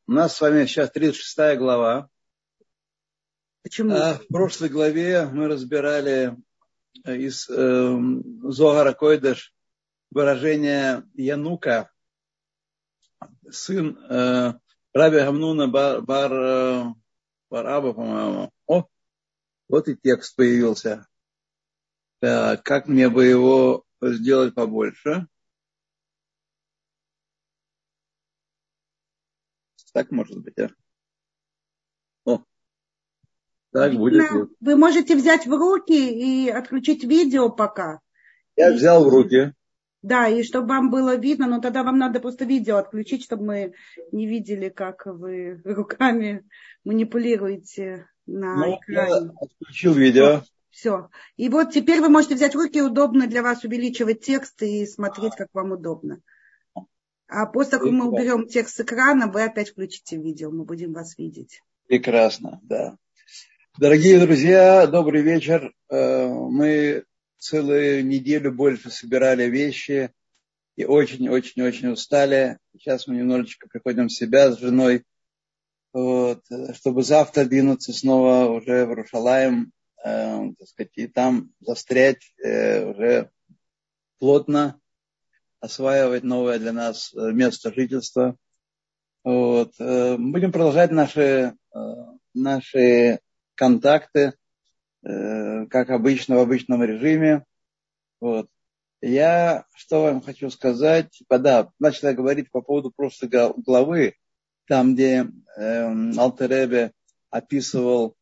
У нас с вами сейчас 36 глава. Почему? В прошлой главе мы разбирали из Зоара Койдеш выражение Янука, сын Раби Гамнуна бар Аба, по-моему. О, вот и текст появился. Так, как мне бы его сделать побольше? Так может быть, а? О, так будет лучше. Вы можете взять в руки и отключить видео пока. Я взял в руки. Да, и чтобы вам было видно, но тогда вам надо просто видео отключить, чтобы мы не видели, как вы руками манипулируете на экране. Я отключил видео. Все. И вот теперь вы можете взять в руки, удобно для вас увеличивать текст и смотреть, как вам удобно. А после того, как мы уберем текст с экрана, вы опять включите видео, мы будем вас видеть. Прекрасно, да. Дорогие друзья, добрый вечер. Мы целую неделю больше собирали вещи и очень-очень-очень устали. Сейчас мы немножечко приходим в себя с женой, чтобы завтра двинуться снова уже в Иерушалаим, так сказать, и там застрять уже плотно, осваивать новое для нас место жительства. Будем продолжать наши контакты, как обычно, в обычном режиме. Я что вам хочу сказать? Начал я говорить по поводу прошлой главы, там, где Алтер Ребе описывал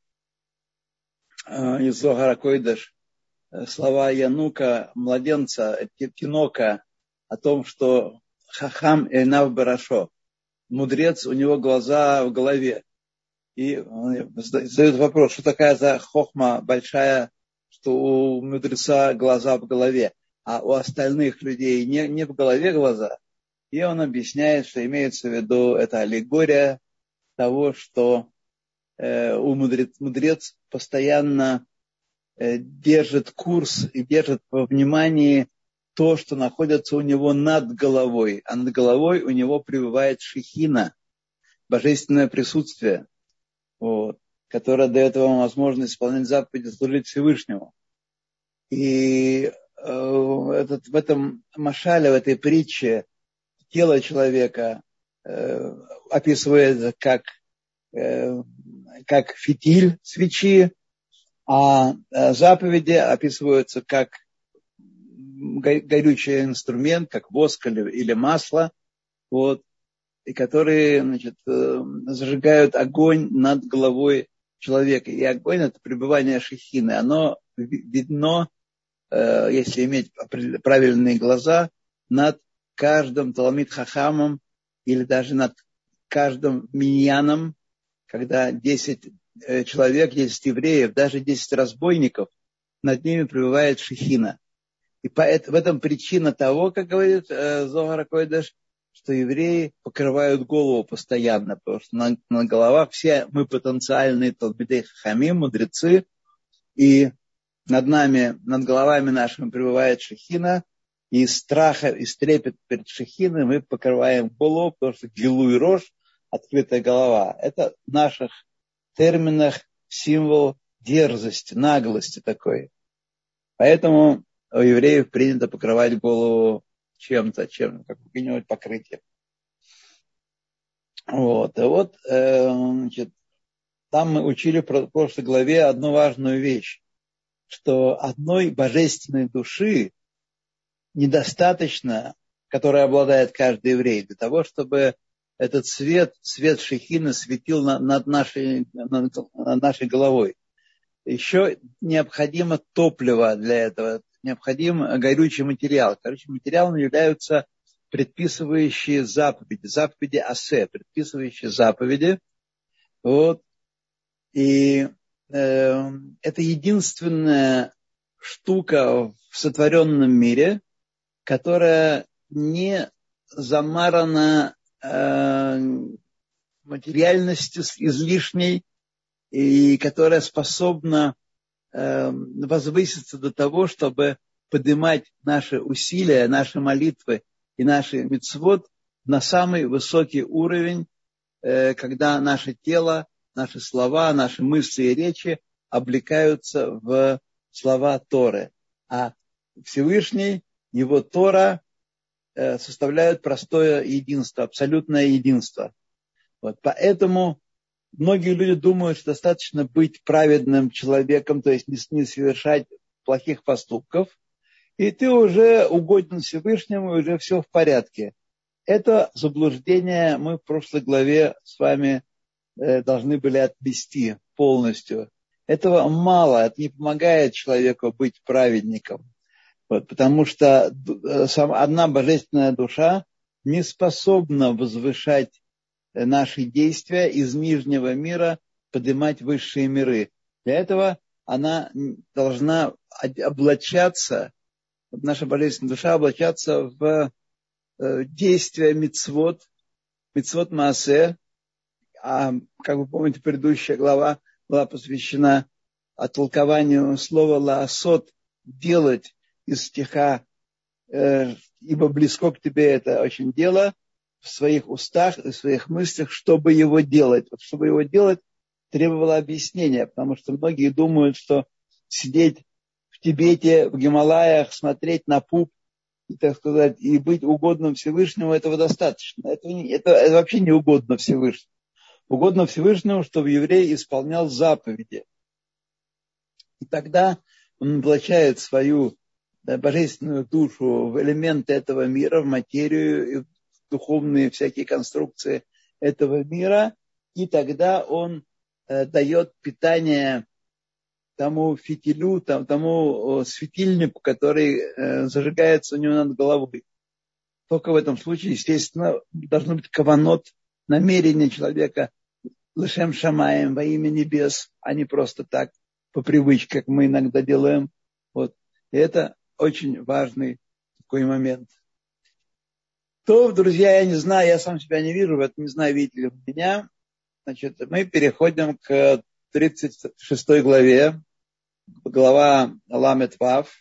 из Зоара Койдеш слова Янука, младенца, тинока, о том, что хахам эйнав барашо, мудрец, у него глаза в голове. И задает вопрос, что такая за хохма большая, что у мудреца глаза в голове, а у остальных людей не в голове глаза. И он объясняет, что имеется в виду, это аллегория того, что мудрец постоянно держит курс и держит во внимании то, что находится у него над головой. А над головой у него пребывает шехина, божественное присутствие, которое дает вам возможность исполнять заповеди, служить Всевышнему. И в этом машале, в этой притче тело человека описывается как фитиль свечи, а заповеди описываются как горючий инструмент, как воск или масло, и которые, зажигают огонь над головой человека. И огонь – это пребывание шехины. Оно видно, если иметь правильные глаза, над каждым таламид хахамом или даже над каждым миньяном, когда 10 человек, 10 евреев, даже 10 разбойников, над ними пребывает шехина. И в этом причина того, как говорит Зоар Койдеш, что евреи покрывают голову постоянно, потому что на головах все мы потенциальные талмидей хахамим, мудрецы, и над головами нашими пребывает шехина, и из страха, из трепета перед шехиной мы покрываем голову, потому что гилуй рош, открытая голова, это в наших терминах символ дерзости, наглости такой. Поэтому у евреев принято покрывать голову чем-то, каким-нибудь покрытием. Там мы учили в прошлой главе одну важную вещь, что одной божественной души недостаточно, которой обладает каждый еврей, для того, чтобы этот свет шехины светил над нашей головой. Еще необходимо топливо для этого, необходим горючий материал. Горючим материалом являются предписывающие заповеди асе, предписывающие заповеди. И это единственная штука в сотворенном мире, которая не замарана материальностью излишней и которая способна возвыситься до того, чтобы поднимать наши усилия, наши молитвы и наши мицвот на самый высокий уровень когда наше тело, наши слова, наши мысли и речи облекаются в слова Торы. А Всевышний, его Тора составляют простое единство, абсолютное единство. Вот. Поэтому многие люди думают, что достаточно быть праведным человеком, то есть не совершать плохих поступков, и ты уже угоден Всевышнему, и уже все в порядке. Это заблуждение мы в прошлой главе с вами должны были отвести полностью. Этого мало, это не помогает человеку быть праведником. Вот, потому что одна божественная душа не способна возвышать наши действия из нижнего мира, поднимать высшие миры. Для этого она должна облачаться, наша божественная душа облачаться в действия мицвот маасе. А, как вы помните, предыдущая глава была посвящена толкованию слова лаасот, делать, из стиха ибо близко к тебе это очень дело, в своих устах и в своих мыслях, чтобы его делать. Вот чтобы его делать, требовало объяснения, потому что многие думают, что сидеть в Тибете, в Гималаях, смотреть на пуп, и, так сказать, и быть угодным Всевышнему, этого достаточно. Это вообще не угодно Всевышнему. Угодно Всевышнему, чтобы еврей исполнял заповеди. И тогда он облачает свою божественную душу в элементы этого мира, в материю, в духовные всякие конструкции этого мира, и тогда он дает питание тому фитилю, тому светильнику, который зажигается у него над головой. Только в этом случае, естественно, должно быть каванот, намерение человека лешем шамаем, во имя небес, а не просто так, по привычке, как мы иногда делаем. Вот. И это очень важный такой момент. То, друзья, я не знаю, я сам себя не вижу, не знаю, видите ли меня. Значит, мы переходим к 36 главе, глава Ламет Вав.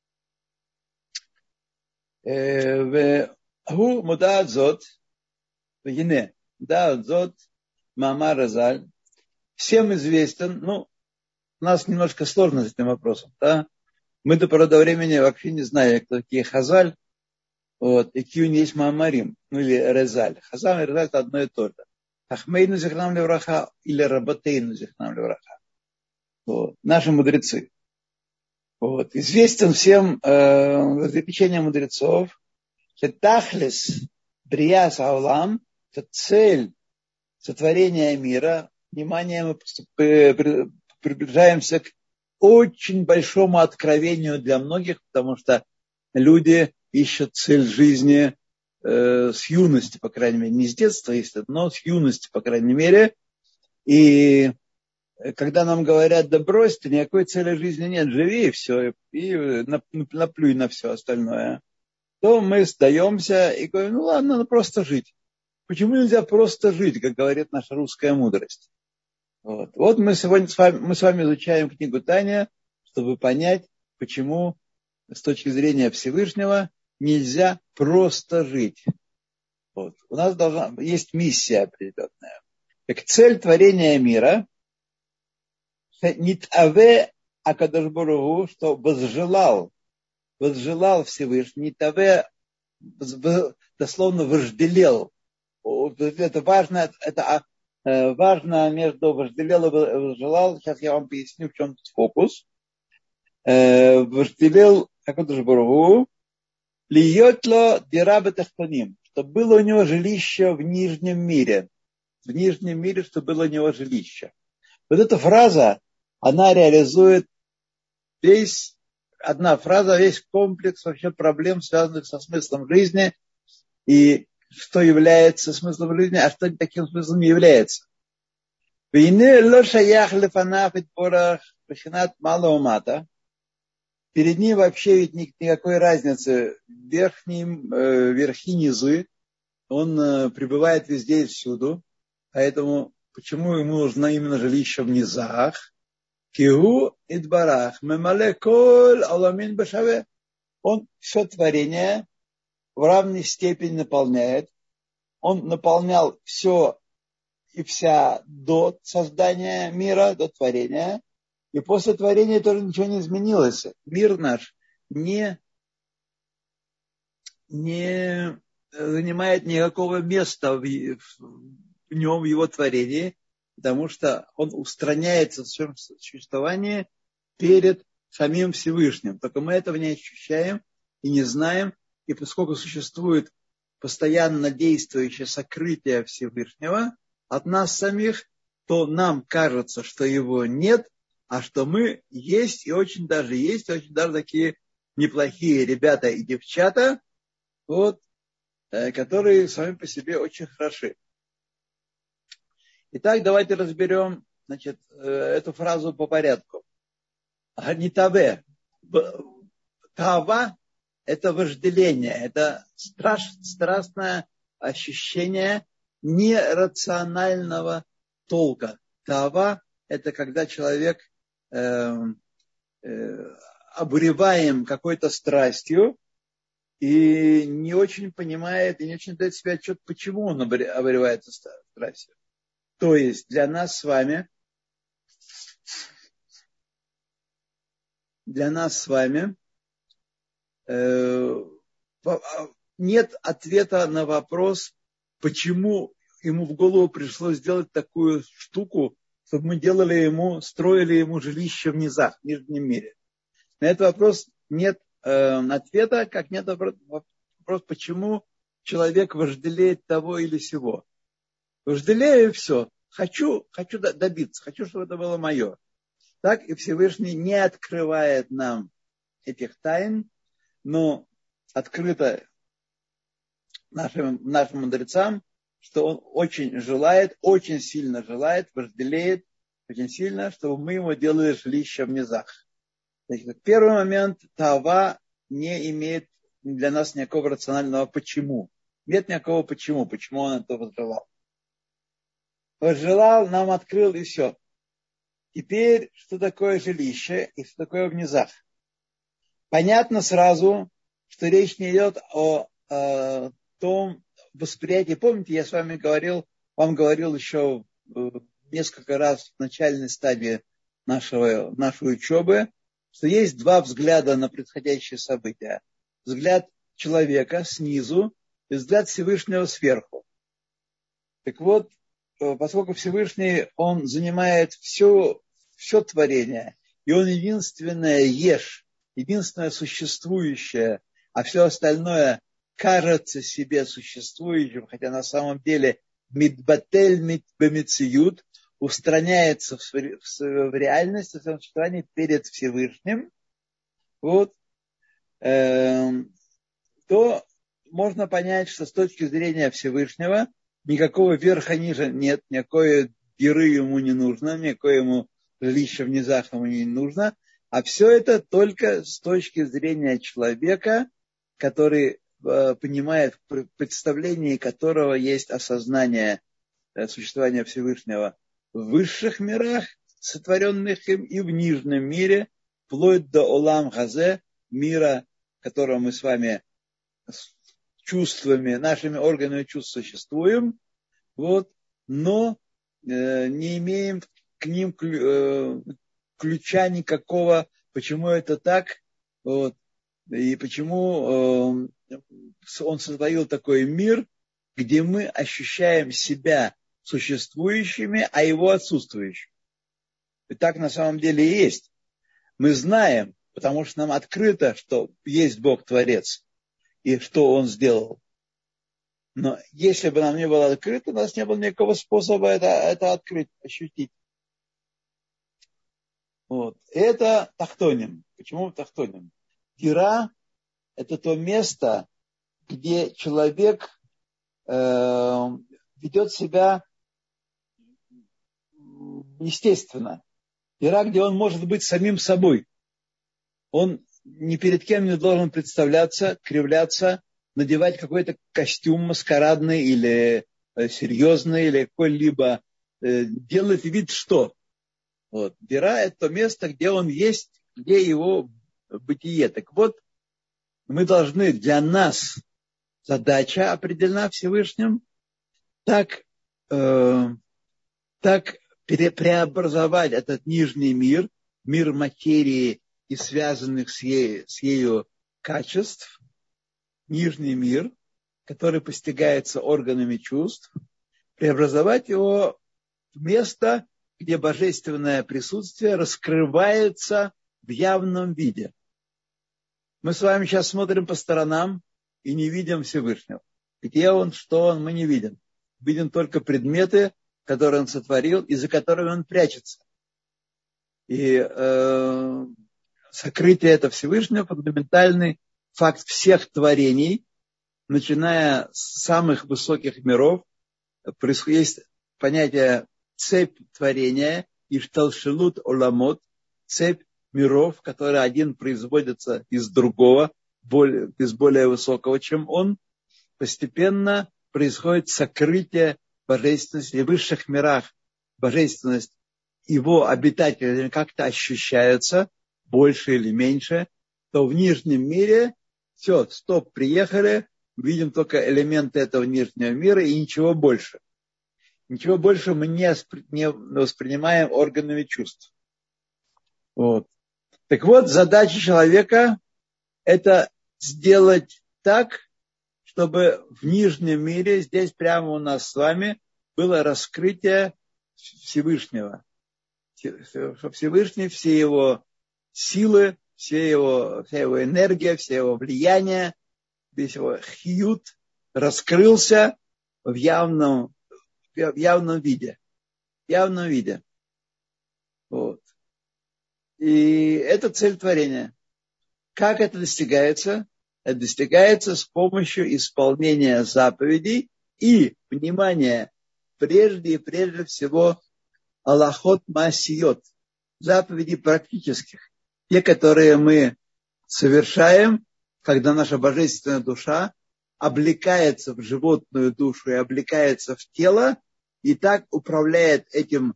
Ху мудат зот, вегине, мудат зот, Маамар Разаль. Всем известен, у нас немножко сложно с этим вопросом, да? Мы до поры до времени вообще не знали, кто такие Хазаль, вот, и какие у них есть Маамарим, или Резаль. Хазаль и Резаль это одно и то же. Ахмейну зихнам левраха или Работейну зихнам левраха. Вот, наши мудрецы. Вот, известен всем заключение мудрецов, что Тахлис Брияс Аулам, это цель сотворения мира. Внимание, мы приближаемся к очень большому откровению для многих, потому что люди ищут цель жизни с юности, по крайней мере, не с детства, но с юности, по крайней мере. И когда нам говорят, да брось ты, никакой цели жизни нет, живи и все, и наплюй на все остальное, то мы сдаемся и говорим, ладно, надо просто жить. Почему нельзя просто жить, как говорит наша русская мудрость? Вот мы сегодня с вами изучаем книгу Таня, чтобы понять, почему с точки зрения Всевышнего нельзя просто жить. Вот. У нас есть миссия определенная. Как цель творения мира, нитаве акадош барух ху, что возжелал Всевышний, нитаве дословно вожделел. Это важно, важно между вожделел и возжелал. Сейчас я вам поясню, в чем тут фокус. Вожделел акадош барух ху льетло дираба тахтоним, чтобы было у него жилище в нижнем мире. В нижнем мире, чтобы было у него жилище. Вот эта фраза, она реализует одна фраза, весь комплекс вообще проблем, связанных со смыслом жизни, и что является смыслом жизни, а что таким смыслом не является. Перед ним вообще ведь никакой разницы верхи, низы. Он пребывает везде и всюду. Поэтому почему ему нужно именно жилище в низах? Кигу идбарах мемале коль аламин бешаве. Он все творение в равной степени наполняет. Он наполнял все и вся до создания мира, до творения. И после творения тоже ничего не изменилось. Мир наш не занимает никакого места в нем, в его творении, потому что он устраняется в своем существовании перед самим Всевышним. Только мы этого не ощущаем и не знаем. И поскольку существует постоянно действующее сокрытие Всевышнего от нас самих, то нам кажется, что его нет, а что мы есть, и очень даже такие неплохие ребята и девчата, вот, которые сами по себе очень хороши. Итак, давайте разберем, значит, эту фразу по порядку. Ганитаве. Тава – это вожделение, это страстное ощущение нерационального толка. Тава – это когда человек обуреваем какой-то страстью и не очень понимает, и не очень дает себе отчет, почему он обуревается страстью. То есть для нас с вами нет ответа на вопрос, почему ему в голову пришлось сделать такую штуку, чтобы мы строили ему жилище в низах, в нижнем мире. На этот вопрос нет ответа, как нет вопрос, почему человек вожделеет того или сего. Вожделею и все. Хочу добиться, хочу, чтобы это было мое. Так и Всевышний не открывает нам этих тайн, но открыто нашим мудрецам, что он очень сильно желает, вожделеет очень сильно, чтобы мы ему делали жилище в низах. Значит, первый момент, тава не имеет для нас никакого рационального почему. Нет никакого почему он это возжелал. Возжелал, нам открыл и все. Теперь, что такое жилище и что такое в низах? Понятно сразу, что речь не идет о том восприятии. Помните, я с вами вам говорил еще несколько раз в начальной стадии нашей учебы, что есть два взгляда на происходящее событие. Взгляд человека снизу и взгляд Всевышнего сверху. Так вот, поскольку Всевышний, он занимает все творение, и он единственное единственное существующее, а все остальное кажется себе существующим, хотя на самом деле мидбатель бемициют устраняется в реальности, в своем существовании перед Всевышним, вот, то можно понять, что с точки зрения Всевышнего никакого верха-ниже нет, никакой дыры ему не нужно, никакое ему жилище в низах ему не нужно, а все это только с точки зрения человека, который понимает, в представлении которого есть осознание существования Всевышнего в высших мирах, сотворенных им, и в нижнем мире, вплоть до Олам Хазе, мира, которого мы с вами чувствами, нашими органами чувств существуем, вот, но не имеем к ним ключа никакого, почему это так, вот, и почему он сотворил такой мир, где мы ощущаем себя существующими, а его отсутствующими. И так на самом деле и есть. Мы знаем, потому что нам открыто, что есть Бог-творец и что Он сделал. Но если бы нам не было открыто, у нас не было никакого способа это открыть, ощутить. Вот. Это тахтоним. Почему тахтоним? Тира – это то место, где человек ведет себя естественно. Тира, где он может быть самим собой. Он ни перед кем не должен представляться, кривляться, надевать какой-то костюм маскарадный или серьезный, или какой-либо, делать вид, что. Вот. Тира – это то место, где он есть, где его бытие. Так вот, мы должны, для нас задача определена Всевышним, так так преобразовать этот нижний мир, мир материи и связанных с ею качеств, нижний мир, который постигается органами чувств, преобразовать его в место, где божественное присутствие раскрывается в явном виде. Мы с вами сейчас смотрим по сторонам и не видим Всевышнего. Где он, что он, мы не видим. Видим только предметы, которые он сотворил и за которыми он прячется. И сокрытие этого Всевышнего – фундаментальный факт всех творений, начиная с самых высоких миров. Есть понятие цепь творения, ишталшелут оламот, цепь миров, которые один производится из другого, из более высокого, чем он. Постепенно происходит сокрытие божественности. И в высших мирах божественность его обитателями как-то ощущается, больше или меньше, то в нижнем мире все, стоп, приехали, видим только элементы этого нижнего мира и ничего больше. Ничего больше мы не воспринимаем органами чувств. Вот. Так вот, задача человека – это сделать так, чтобы в нижнем мире, здесь прямо у нас с вами, было раскрытие Всевышнего. Чтобы Всевышний, все его силы, вся его энергия, все его влияние, весь его хьют раскрылся в явном виде. В явном виде. Вот. И это цель творения. Как это достигается? Это достигается с помощью исполнения заповедей и, внимание, прежде всего, алахот маасиот, заповедей практических. Те, которые мы совершаем, когда наша божественная душа облекается в животную душу и облекается в тело, и так управляет этим,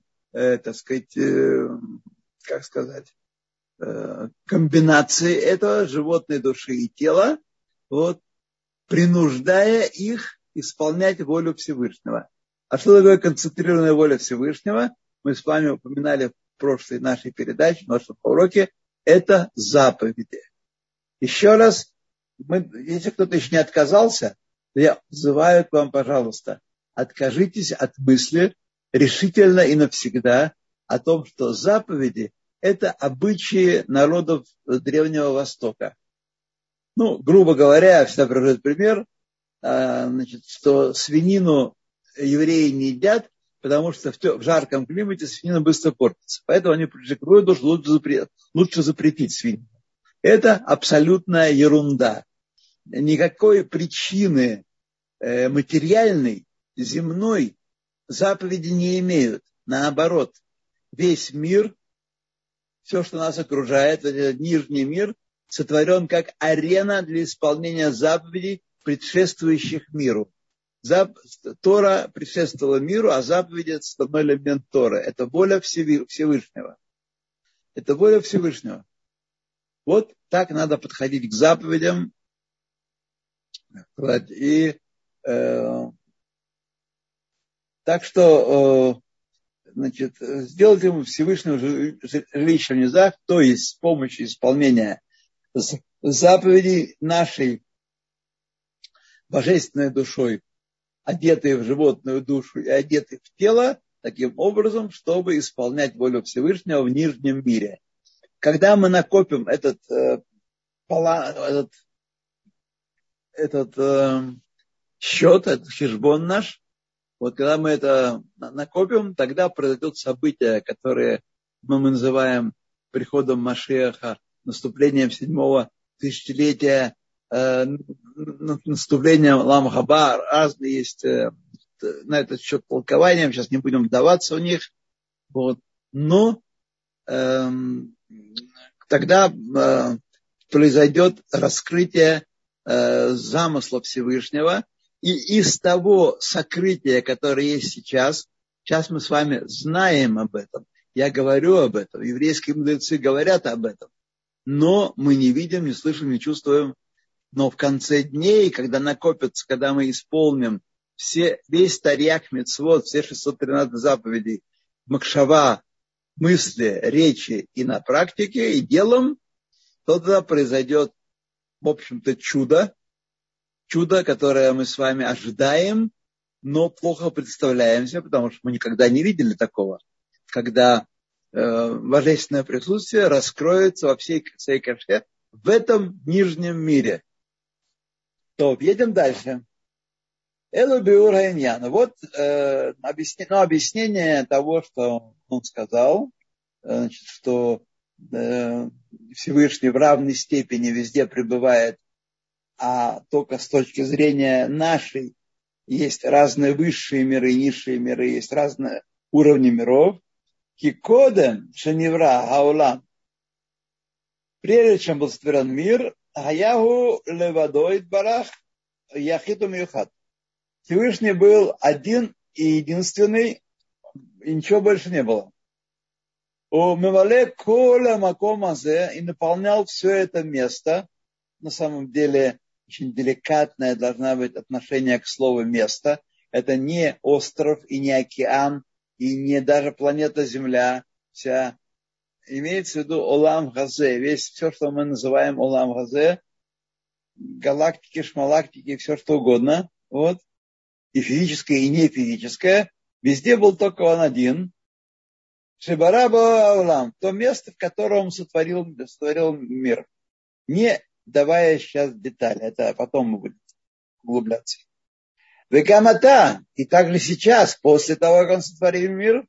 комбинацией этого животной души и тела, вот, принуждая их исполнять волю Всевышнего. А что такое концентрированная воля Всевышнего? Мы с вами упоминали в прошлой нашей передаче, в нашем уроке, это заповеди. Еще раз, если кто-то еще не отказался, то я взываю к вам, пожалуйста, откажитесь от мысли решительно и навсегда о том, что заповеди – это обычаи народов Древнего Востока. Ну, грубо говоря, я всегда привожу пример, что свинину евреи не едят, потому что в жарком климате свинина быстро портится. Поэтому они пришли к выводу, что лучше запретить свинину. Это абсолютная ерунда. Никакой причины материальной, земной заповеди не имеют. Наоборот, весь мир, все, что нас окружает, этот нижний мир, сотворен как арена для исполнения заповедей, предшествующих миру. Тора предшествовала миру, а заповеди – это основной элемент Торы. Это воля Всевышнего. Это воля Всевышнего. Вот так надо подходить к заповедям. И так что сделать ему Всевышнего жилищем нельзя, то есть с помощью исполнения заповедей нашей божественной душой, одетые в животную душу и одетые в тело, таким образом, чтобы исполнять волю Всевышнего в нижнем мире. Когда мы накопим этот счет, этот хешбон наш, вот когда мы это накопим, тогда произойдут события, которые мы называем приходом Машиаха, наступлением 7-го тысячелетия, наступлением Олам хаба. Разные есть на этот счет толкования, сейчас не будем вдаваться в них. Вот. Но тогда произойдет раскрытие замысла Всевышнего, и из того сокрытия, которое есть сейчас мы с вами знаем об этом, я говорю об этом, еврейские мудрецы говорят об этом, но мы не видим, не слышим, не чувствуем. Но в конце дней, когда накопится, когда мы исполним весь Тарьях Мицвот, все 613 заповедей, макшава, мысли, речи и на практике, и делом, то тогда произойдет, в общем-то, чудо, которое мы с вами ожидаем, но плохо представляем себе, потому что мы никогда не видели такого, когда божественное присутствие раскроется во всей своей красе в этом нижнем мире. То, едем дальше. Элу биур хаиньян. Вот объяснение того, что он сказал, значит, что Всевышний в равной степени везде пребывает, а только с точки зрения нашей есть разные высшие миры, низшие миры, есть разные уровни миров. Кикодем шеневра хаулам. Прежде чем был сотворен мир, Хаягу левадоид барах яхиту мюхат. Всевышний был один и единственный, и ничего больше не было. У Мемале коля макомазе и наполнял все это место. На самом деле очень деликатное должно быть отношение к слову место. Это не остров и не океан, и не даже планета Земля вся. Имеется в виду Олам Газе, все, что мы называем Олам Газе, галактики, шмалактики, все что угодно, вот, и физическое, и не физическое, везде был только он один. Шибараба Олам, то место, в котором он сотворил мир. Не давая сейчас детали, это потом мы будем углубляться. Векамата, и также сейчас, после того, как он сотворил мир,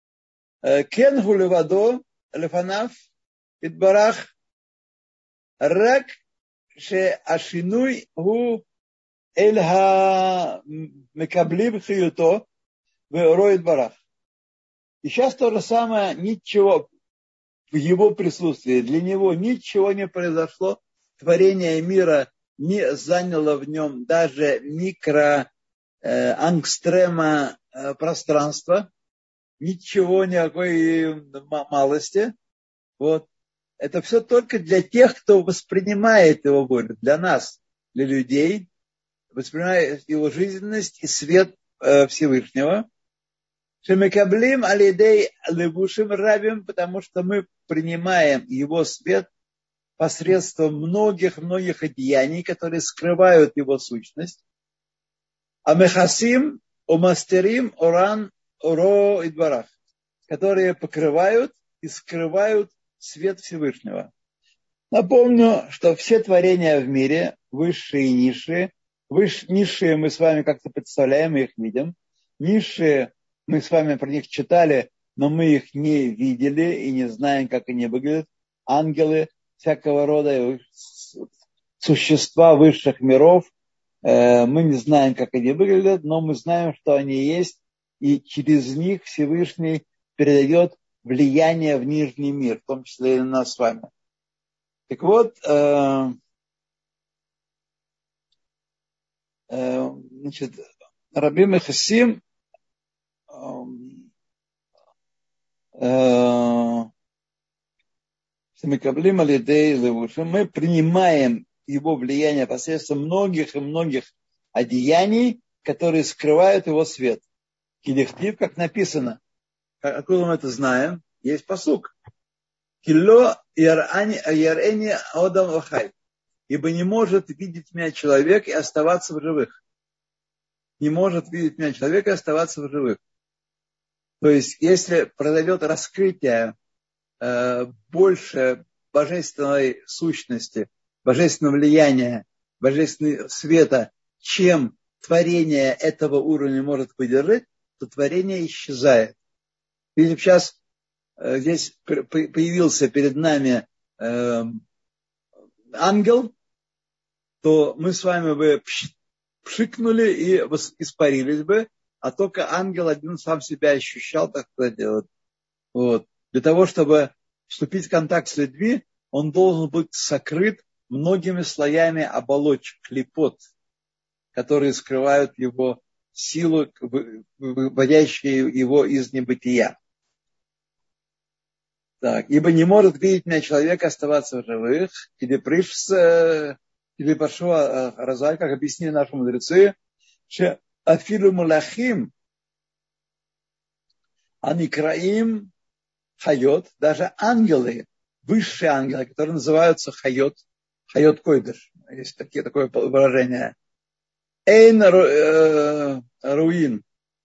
кен гулевадо лефанаф идбарах рак ше ашинуй гу эль ха мекаблим хиюто веоро идбарах. И сейчас то же самое, ничего в его присутствии, для него ничего не произошло, творение мира не заняло в нем даже ангстрема пространства, ничего, никакой малости. Вот. Это все только для тех, кто воспринимает его волю, для нас, для людей, воспринимает его жизненность и свет Всевышнего. Шемекаблим алидей левушим рабим, потому что мы принимаем его свет посредством многих одеяний, которые скрывают его сущность. А мехасим, умастерим, оран, оро и дворах, которые покрывают и скрывают свет Всевышнего. Напомню, что все творения в мире, высшие и низшие, низшие мы с вами как-то представляем, мы их видим. Низшие мы с вами про них читали, но мы их не видели и не знаем, как они выглядят. Ангелы, всякого рода существа высших миров, мы не знаем, как они выглядят, но мы знаем, что они есть, и через них Всевышний передает влияние в нижний мир, в том числе и на нас с вами. Так вот, значит, Раби Мехасим мы принимаем его влияние посредством многих одеяний, которые скрывают его свет. Килихтив, как написано. Откуда мы это знаем? Есть пасук. Килло ярени одам охай. Ибо не может видеть меня человек и оставаться в живых. Не может видеть меня человек и оставаться в живых. То есть, если произойдет раскрытие больше божественной сущности, божественного влияния, божественного света, чем творение этого уровня может выдержать, то творение исчезает. Если сейчас здесь появился перед нами ангел, то мы с вами бы пшикнули и испарились бы, а только ангел один сам себя ощущал, так сказать. Вот. Для того, чтобы вступить в контакт с людьми, он должен быть сокрыт многими слоями оболочек, клипот, которые скрывают его силу, выводящую его из небытия. Так, ибо не может видеть меня человек оставаться в живых, или прошу Разаль, как объяснили наши мудрецы, что афилу мулахим Аникраим хайот, даже ангелы, высшие ангелы, которые называются хайот койдыш. Есть такое выражение. Эйн руин.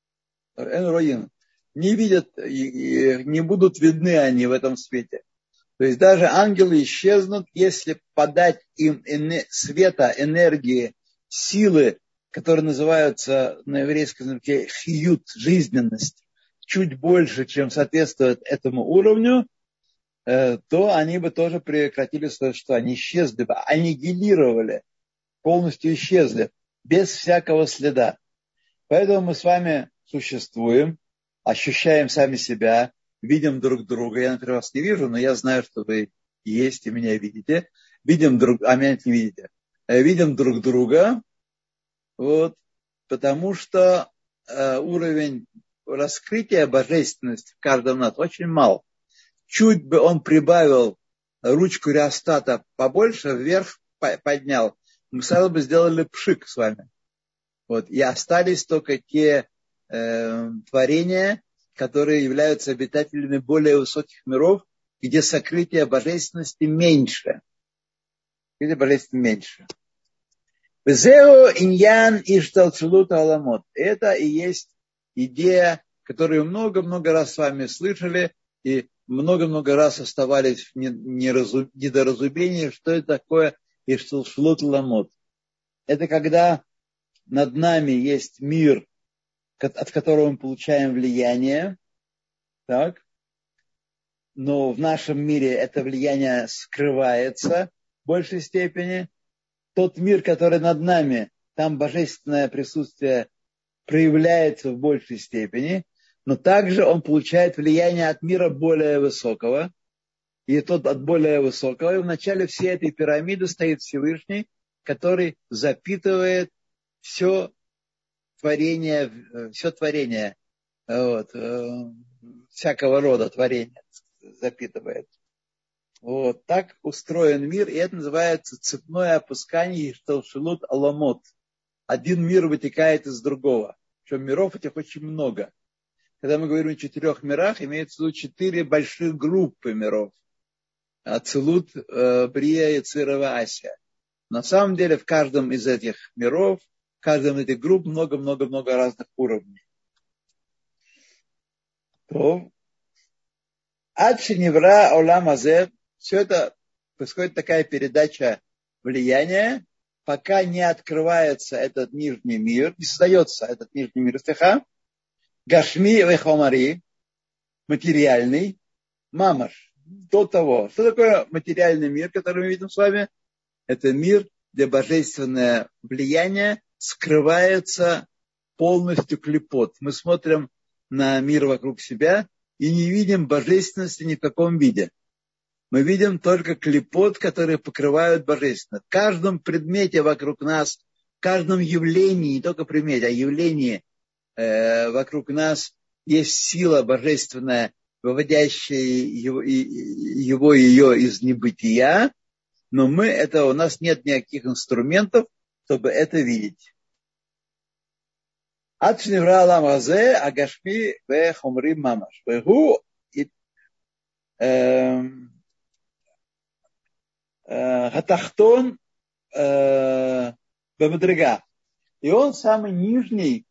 Не видят, не будут видны они в этом свете. То есть даже ангелы исчезнут, если подать им света, энергии, силы, которые называются на еврейском языке хиют, жизненность, чуть больше, чем соответствует этому уровню, то они бы тоже прекратили свое существо. Они исчезли бы, аннигилировали, полностью исчезли, без всякого следа. Поэтому мы с вами существуем, ощущаем сами себя, видим друг друга. Я, например, вас не вижу, но я знаю, что вы есть и меня видите. Видим друг, а меня не видите. Видим друг друга, вот, потому что уровень раскрытия божественности в каждом нас очень мал. Чуть бы он прибавил ручку реостата побольше, вверх поднял, мы сразу бы сделали пшик с вами. Вот, и остались только те творения, которые являются обитателями более высоких миров, где сокрытие божественности меньше. Где божественности меньше. Везео иньян ишталцулут аламот. Это и есть идея, которую много-много раз с вами слышали, и много-много раз оставались в недоразумении, что это такое ишталцулут аламот. Это когда над нами есть мир, от которого мы получаем влияние, так? Но в нашем мире это влияние скрывается в большей степени. Тот мир, который над нами, там божественное присутствие проявляется в большей степени, но также он получает влияние от мира более высокого. И тот от более высокого. И в начале всей этой пирамиды стоит Всевышний, который запитывает все творение, вот, всякого рода творения запитывает. Вот так устроен мир, и это называется цепное опускание ишталшилут аламот. Один мир вытекает из другого. Причем миров этих очень много. Когда мы говорим о 4 мирах, имеется в виду 4 больших группы миров. Ацилут, Брия, Яцира, Ася. На самом деле в каждом из этих миров, в каждом из этих групп много-много-много разных уровней. То Ад-Шиневра Олам Азе, все это происходит такая передача влияния, пока не открывается этот нижний мир, не создается этот нижний мир стиха, Гашми Вехомари, материальный, Мамаш, до того. Что такое материальный мир, который мы видим с вами? Это мир, где божественное влияние скрывается полностью клипот. Мы смотрим на мир вокруг себя и не видим божественности ни в каком виде. Мы видим только клипот, которые покрывают божественность. В каждом предмете вокруг нас, в каждом явлении, не только предмете, а явлении вокруг нас есть сила божественная, выводящая его и ее из небытия, но у нас нет никаких инструментов, чтобы это видеть. Ад шнивра алам хазе агашми вехомри мамаш. Веху хатахтон бемадрига. И он самый нижний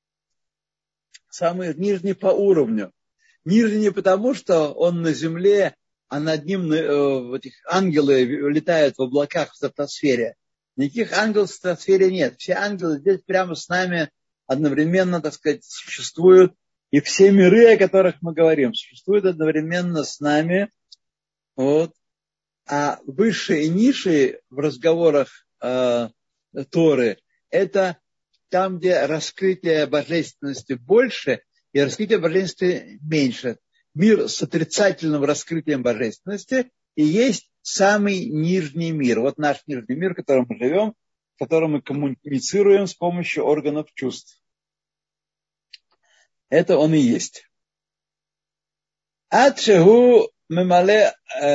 по уровню. Нижний не потому, что он на земле, а над ним ангелы летают в облаках в стратосфере. Никаких ангелов в стратосфере нет. Все ангелы здесь прямо с нами одновременно, так сказать, существуют. И все миры, о которых мы говорим, существуют одновременно с нами. Вот. А высшие и низшие в разговорах Торы – это там, где раскрытие божественности больше и раскрытие божественности меньше. Мир с отрицательным раскрытием божественности и есть самый нижний мир. Вот наш нижний мир, в котором мы живем, в котором мы коммуницируем с помощью органов чувств. Это он и есть. Ад-шеху мемале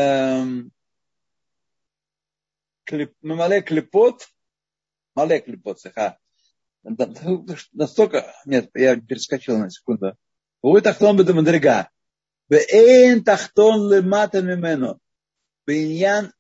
клипот, настолько, нет, я перескочил на секунду. Вы тахтон бедамадрига. Вэйн тахтон лемата мимену. Биньян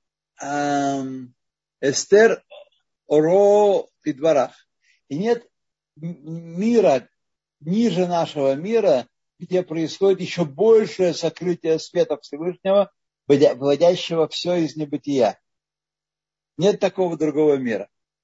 эстер оро пидварах. И нет мира ниже нашего мира, где происходит еще большее сокрытие света Всевышнего, выводящего все из небытия. Нет такого другого мира.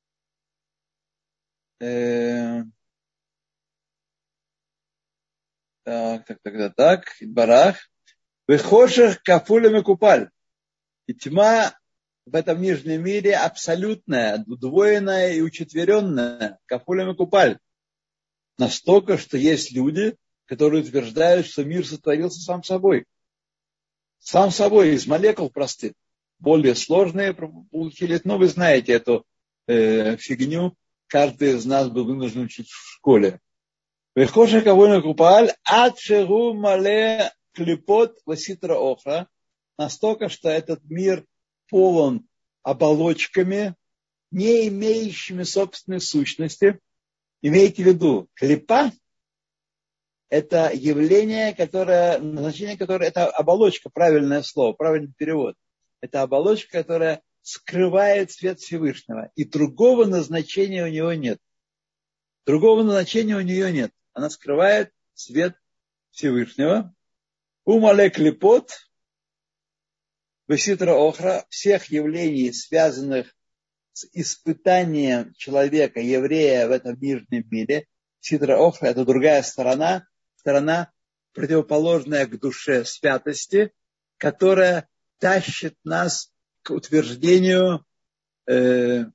Так. Барах. Выхоших кафулями купаль. И тьма в этом нижнем мире абсолютная, удвоенная и учетверенная. Кафулями купаль. Настолько, что есть люди, которые утверждают, что мир сотворился сам собой. Сам собой, из молекул простых. Более сложные получились. Но вы знаете эту фигню. Каждый из нас был вынужден учить в школе. Вехоша кавуна купаль ад-шеру мале клипот васитра охра. Настолько, что этот мир полон оболочками, не имеющими собственной сущности. Имейте в виду, клипа – это явление, назначение которое – это оболочка, правильное слово, правильный перевод. Это оболочка, которая скрывает свет Всевышнего. И другого назначения у него нет. Другого назначения у нее нет. Она скрывает свет Всевышнего. Умале клипот, веситра охра, всех явлений, связанных с испытанием человека, еврея в этом нижнем мире. Ситра охра – это другая сторона, сторона, противоположная к душе святости, которая тащит нас к утверждению Шехем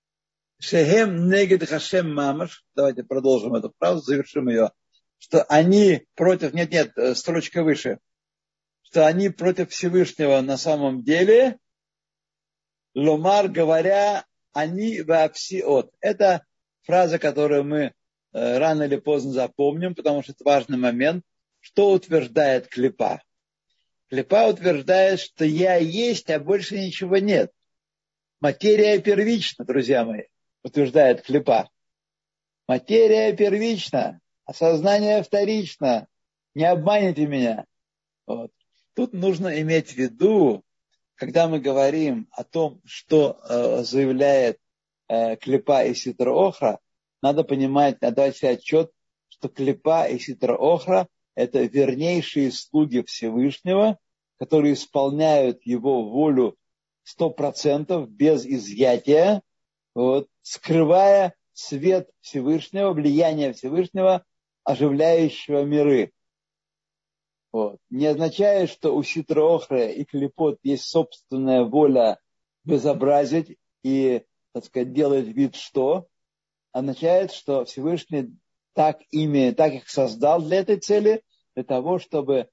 негед хашем мамаш. Давайте продолжим эту фразу, завершим ее. Что они против, строчка выше, что они против Всевышнего на самом деле, ломар, говоря, они ваапсиот. Это фраза, которую мы рано или поздно запомним, потому что это важный момент. Что утверждает клипа? Клипа утверждает, что я есть, а больше ничего нет. Материя первична, друзья мои, утверждает клипа. Материя первична, а сознание вторично. Не обманите меня. Вот. Тут нужно иметь в виду, когда мы говорим о том, что заявляет клипа и ситра охра, надо понимать, надо дать себе отчет, что клипа и ситра охра – это вернейшие слуги Всевышнего, которые исполняют его волю 100% без изъятия, вот, скрывая свет Всевышнего, влияние Всевышнего, оживляющего миры. Вот. Не означает, что у ситра охра и клипот есть собственная воля безобразить и, так сказать, делать вид что. Означает, что Всевышний так их создал для этой цели, для того, чтобы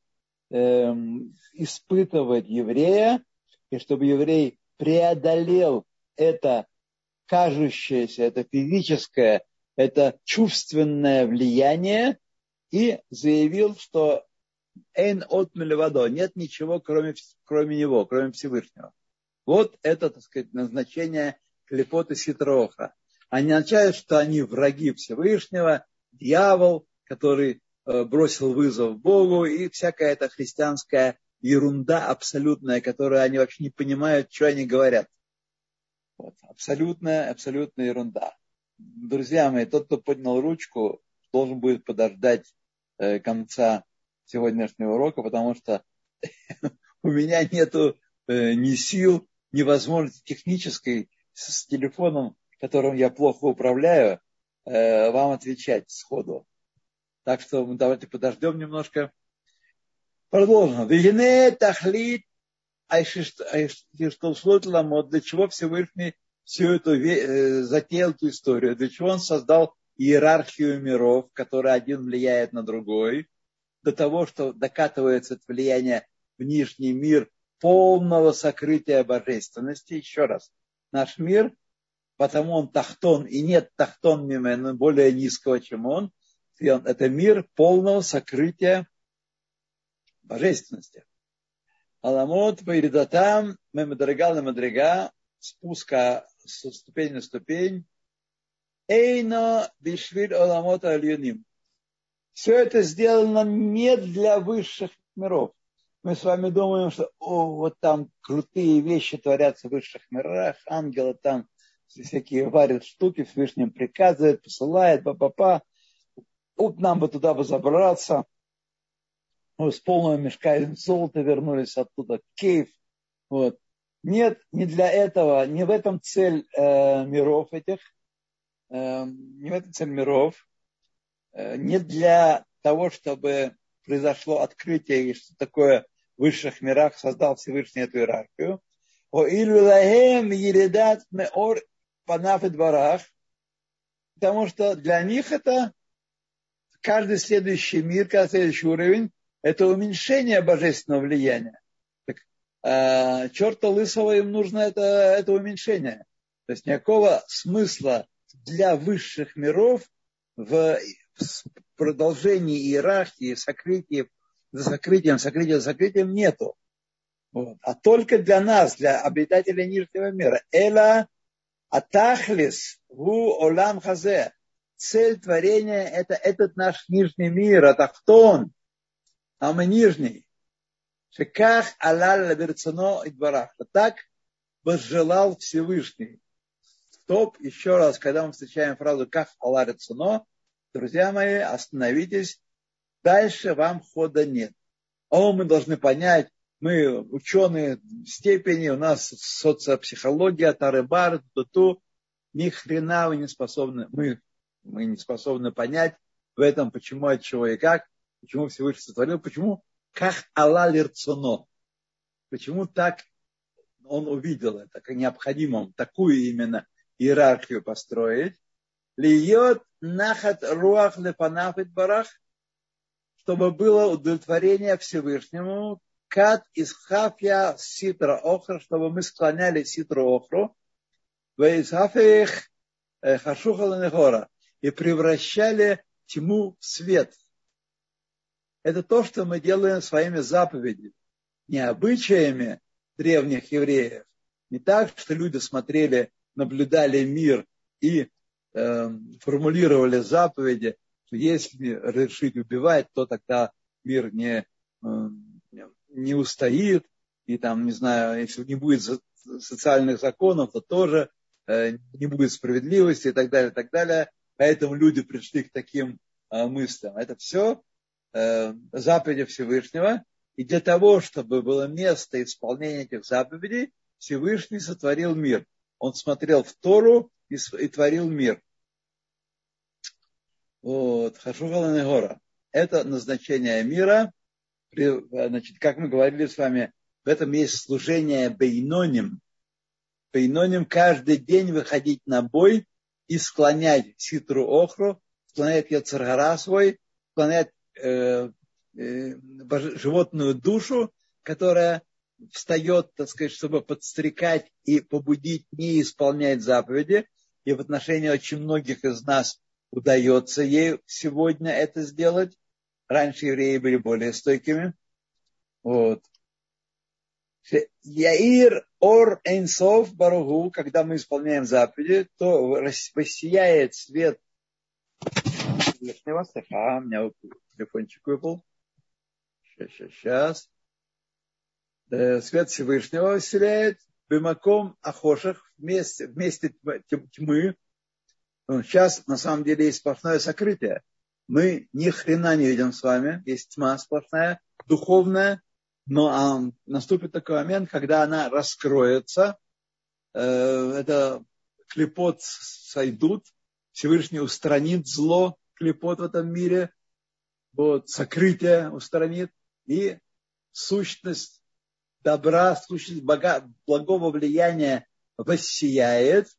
испытывать еврея, и чтобы еврей преодолел это кажущееся, это физическое, это чувственное влияние и заявил, что «Эйн от мелевадо» – нет ничего, кроме него, кроме Всевышнего. Вот это, так сказать, назначение клипот и ситра охра. Они означают, что они враги Всевышнего, дьявол, который бросил вызов Богу, и всякая эта христианская ерунда абсолютная, которую они вообще не понимают, что они говорят. Вот. Абсолютная ерунда. Друзья мои, тот, кто поднял ручку, должен будет подождать конца сегодняшнего урока, потому что у меня нету ни сил, ни возможности технической с телефоном, которым я плохо управляю, вам отвечать сходу. Так что мы давайте подождем немножко. Продолжим. Вегине тахлит айшиштолшлот ламот. Для чего Всевышний всю эту затеял эту историю? Для чего он создал иерархию миров, которая один влияет на другой, до того, что докатывается это влияние в нижний мир полного сокрытия божественности. Еще раз. Наш мир, потому он тахтон, и нет тахтон мимен, более низкого, чем он. Это мир полного сокрытия божественности. Аламот, Вайридатам, Мемадрага на Мадрига, спуска со ступени на ступень. Эйно бишвиль аламот альюним. Все это сделано не для высших миров. Мы с вами думаем, что вот там крутые вещи творятся в высших мирах, ангелы там всякие варят штуки, Всевышний приказывает, посылает, па-па-па. Вот нам бы туда бы забраться. Мы с полного мешка золота вернулись оттуда, кейф. Вот. Нет, не для этого, не в этом цель миров этих, не в этом цель миров, не для того, чтобы произошло открытие, и что такое в высших мирах создал Всевышний эту иерархию. Потому что для них это каждый следующий мир, каждый следующий уровень, это уменьшение божественного влияния. Так, черта лысого им нужно это уменьшение. То есть никакого смысла для высших миров в продолжении иерархии, сокрытия, за сокрытием нету. Вот. А только для нас, для обитателей нижнего мира. Эла атахлис гу олам хазе. Цель творения – это этот наш нижний мир, атахтон, а мы нижний. Шеках алал лаберцано идбарах. Так возжелал Всевышний. Стоп, еще раз, когда мы встречаем фразу «ках алал рецано», друзья мои, остановитесь, дальше вам хода нет. Мы должны понять, мы ученые степени, у нас социопсихология, тарыбар, туту, ни хрена вы не способны, мы не способны понять в этом, почему, от чего и как, почему Всевышний сотворил, почему как Аллах лирцоно, почему так он увидел это, как необходимым такую именно иерархию построить. Льет нахат руах лепанаф барах, чтобы было удовлетворение Всевышнему, кат из хафья ситра охра, чтобы мы склоняли ситру охру, из хафьях хашуха ленехора, и превращали тьму в свет. Это то, что мы делаем своими заповедями, не обычаями древних евреев. Не так, что люди смотрели, наблюдали мир и формулировали заповеди, что если решить убивать, то тогда мир не устоит, и там, не знаю, если не будет социальных законов, то тоже не будет справедливости и так далее, и так далее. Поэтому люди пришли к таким мыслям. Это все заповеди Всевышнего. И для того, чтобы было место исполнения этих заповедей, Всевышний сотворил мир. Он смотрел в Тору и творил мир. Вот. Хашуха ленегора. Это назначение мира. Значит, как мы говорили с вами, в этом есть служение бейноним. Бейноним каждый день выходить на бой и склонять ситру охру, склонять яцер гара свой, склонять животную душу, которая встает, так сказать, чтобы подстрекать и побудить не исполнять заповеди. И в отношении очень многих из нас удается ей сегодня это сделать. Раньше евреи были более стойкими. Вот. Яир ор эйнсов баругу, когда мы исполняем заповеди, то воссияет свет Всевышнего. У меня телефончик выпал. Сейчас. Свет Всевышнего вселяет бимаком ахошах вместе тьмы. Сейчас на самом деле есть сплошное сокрытие. Мы ни хрена не видим с вами. Есть тьма сплошная, духовная. Но наступит такой момент, когда она раскроется. Это клепот сойдут. Всевышний устранит зло, клепот в этом мире. Вот, сокрытие устранит. И сущность добра, сущность благого влияния воссияет.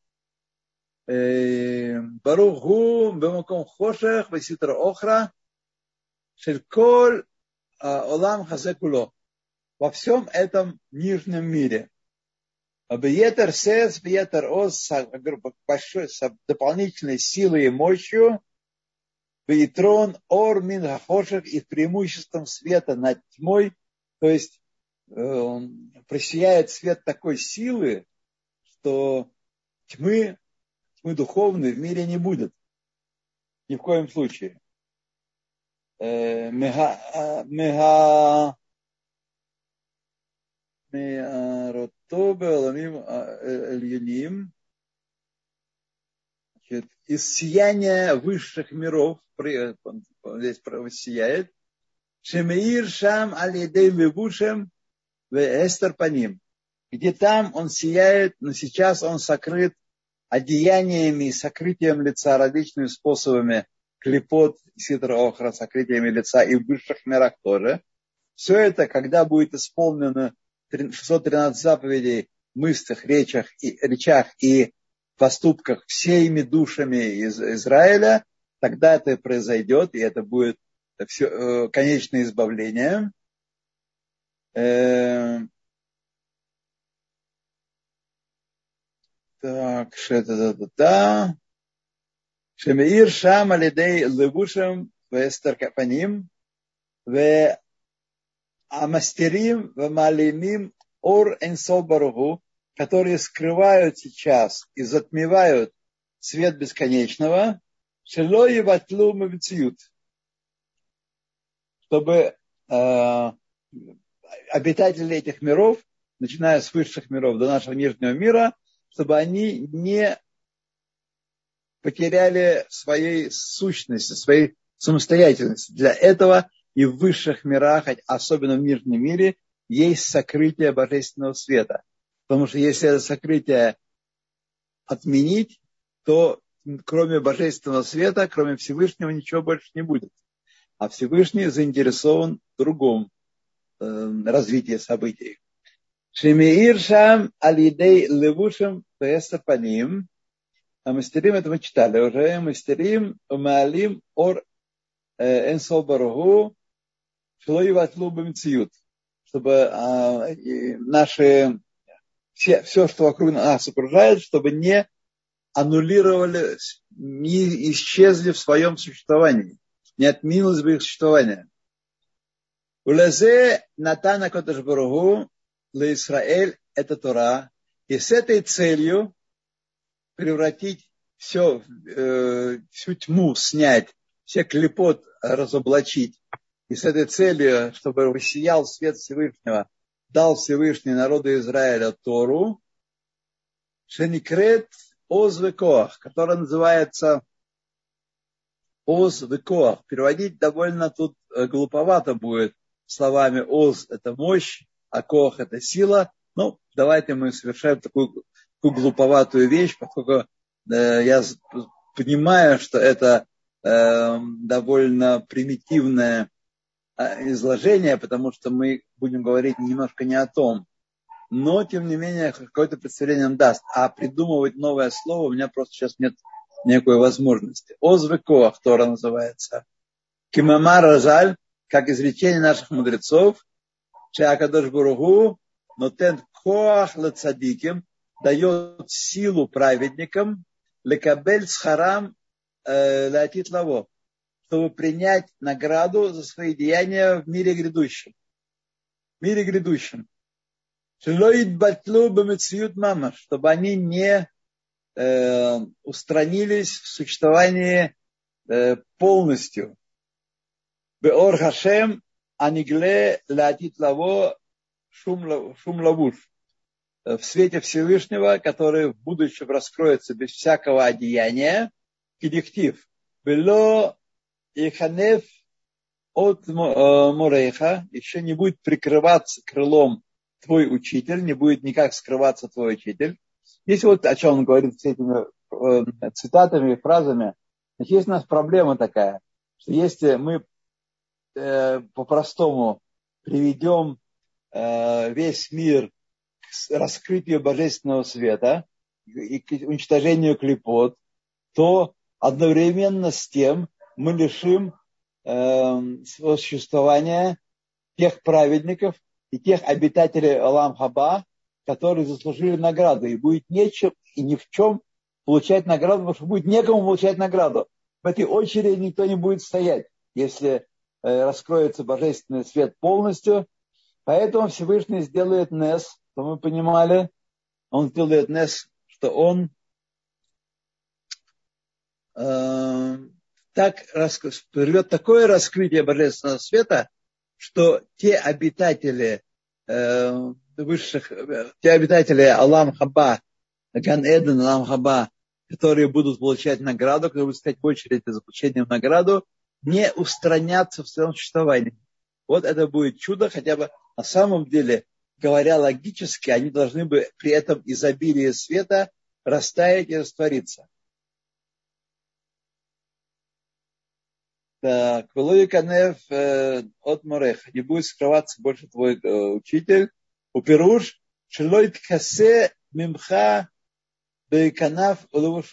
Баруху бемаком хошех веситра охра шельколь олам хазекуло. Во всем этом нижнем мире. Бьетер сес, бьетер оз с дополнительной силой и мощью. Бейтрон ор мин хашошек и преимуществом света над тьмой. То есть просияет свет такой силы, что тьмы духовной в мире не будет. Ни в коем случае. מהרותו בעולמים העליונים, из сияния высших миров, здесь сияет, Шемеир Шам Аль-Едей Левушем Эстер Паним, где там он сияет, но сейчас он сокрыт одеяниями и сокрытием лица различными способами, клипот, ситра охра, сокрытиями лица и в высших мирах тоже. Все это, когда будет исполнено 613 заповедей в мыслях, речах и поступках всеми душами из Израиля, тогда это произойдет, и это будет все, конечное избавление. Так, что-то. Шемеир Шам Алидей Левушем Вестер Капаним Амастерим Вамалимим Ор Энсо Баруху, которые скрывают сейчас и затмевают свет бесконечного, Шело Еватлу Мавициют, чтобы обитатели этих миров, начиная с высших миров до нашего нижнего мира, чтобы они не потеряли своей сущности, своей самостоятельности. Для этого и в высших мирах, особенно в нижнем мире, есть сокрытие божественного света. Потому что если это сокрытие отменить, то кроме божественного света, кроме Всевышнего, ничего больше не будет. А Всевышний заинтересован в другом развитии событий. Шемеир шам алидей левушем пеэстер паним. А мастерим, это мы читали уже. Мастерим умалим ор энсо баруху шлой ватлу бамциют. Чтобы наши все, что вокруг нас окружает, чтобы не аннулировали, не исчезли в своем существовании, не отменилось бы их существование. Улазе натана кодеш баруху ла Исраэль это Тора, и с этой целью превратить всю тьму снять, все клепот разоблачить, и с этой целью, чтобы воссиял свет Всевышнего, дал Всевышний народу Израиля Тору, шеникрет Оз векоах, которая называется Оз векоах. Переводить довольно тут глуповато будет словами Оз – это мощь, а Коах – это сила. Ну, давайте мы совершаем такую глуповатую вещь, поскольку я понимаю, что это довольно примитивное изложение, потому что мы будем говорить немножко не о том. Но, тем не менее, какое-то представление нам даст. А придумывать новое слово у меня просто сейчас нет никакой возможности. Озвекоах Тора называется. Кимамар Разаль, как изречение наших мудрецов, Шеакадош Баруху, нотен коах лацадиким, дает силу праведникам, лекабель схарам латит лаво, чтобы принять награду за свои деяния в мире грядущем. В мире грядущем. Чтобы они не устранились в существовании полностью. Беор Хашем анигле латит лаво шум лавуш. В свете Всевышнего, который в будущем раскроется без всякого одеяния, кедиктив. Бело иханев от морейха, еще не будет прикрываться крылом твой учитель, не будет никак скрываться твой учитель. Если вот о чем он говорит с этими цитатами и фразами, значит, есть у нас проблема такая, что если мы по-простому приведем весь мир к раскрытию божественного света и к уничтожению клепот, то одновременно с тем мы лишим своего существования тех праведников и тех обитателей Олам Хаба, которые заслужили награду. И будет нечем и ни в чем получать награду, потому что будет некому получать награду. В этой очереди никто не будет стоять, если раскроется божественный свет полностью. Поэтому Всевышний сделает нес, чтобы мы понимали, он сделает нес, что он так так придет такое раскрытие божественного света, что те обитатели те обитатели Алам Хаба, Ган Эден, Алам Хаба, которые будут получать награду, которые будут стоять в очереди за получением награду, не устранятся в своем существовании. Вот это будет чудо, хотя бы на самом деле, говоря логически, они должны бы при этом изобилии света растаять и раствориться. Так, Велой Канев от Морех. Не будет скрываться больше твой учитель. Упируш, Шилой Ткасе Мимха Бейканав Лавуш.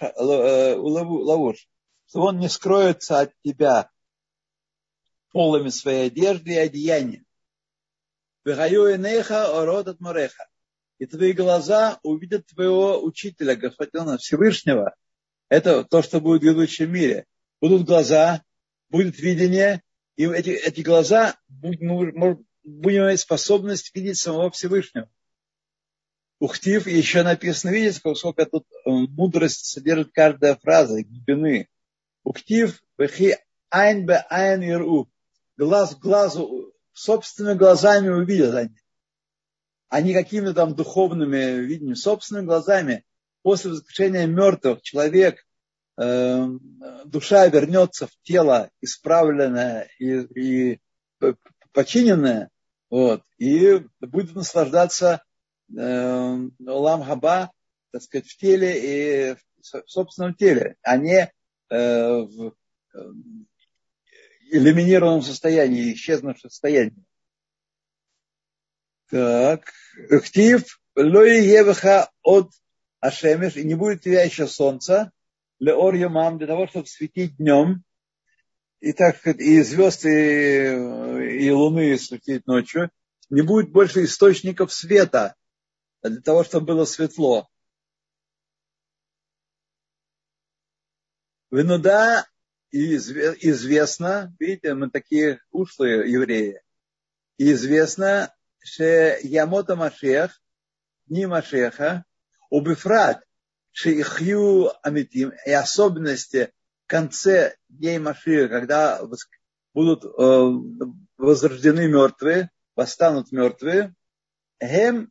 Что он не скроется от тебя полами своей одежды и одеяния. Вегаю Энеха Ород от Мореха. И твои глаза увидят твоего учителя, Господина Всевышнего. Это то, что будет в грядущем мире. Будут глаза, будет видение, и эти глаза будем иметь способность видеть самого Всевышнего. Ухтив, еще написано, видите, сколько тут мудрость содержит каждая фраза, глубины. Ухтив, бехи айн бе айн иру. Глаз к глазу, собственными глазами увидят они. А не какими там духовными видениями, собственными глазами. После воскрешения мертвых человек, душа вернется в тело исправленное и починенное, вот, и будет наслаждаться Олам Хаба, так сказать, в теле и в собственном теле, а не в элиминированном состоянии, исчезнувшем состоянии. Так, Ктив, Лои Евеха от Ашемеш, и не будет у тебя еще солнца, Леор Юмам, для того, чтобы светить днем, и так и звезд, и луны светить ночью, не будет больше источников света, для того, чтобы было светло. Венуда известно, видите, мы такие ушлые евреи, и известно, что Ямота Машех, дни Машеха, убифрат, шейхью амитим, и особенности в конце дней Машиха, когда будут возрождены мертвые, восстанут мертвые, гем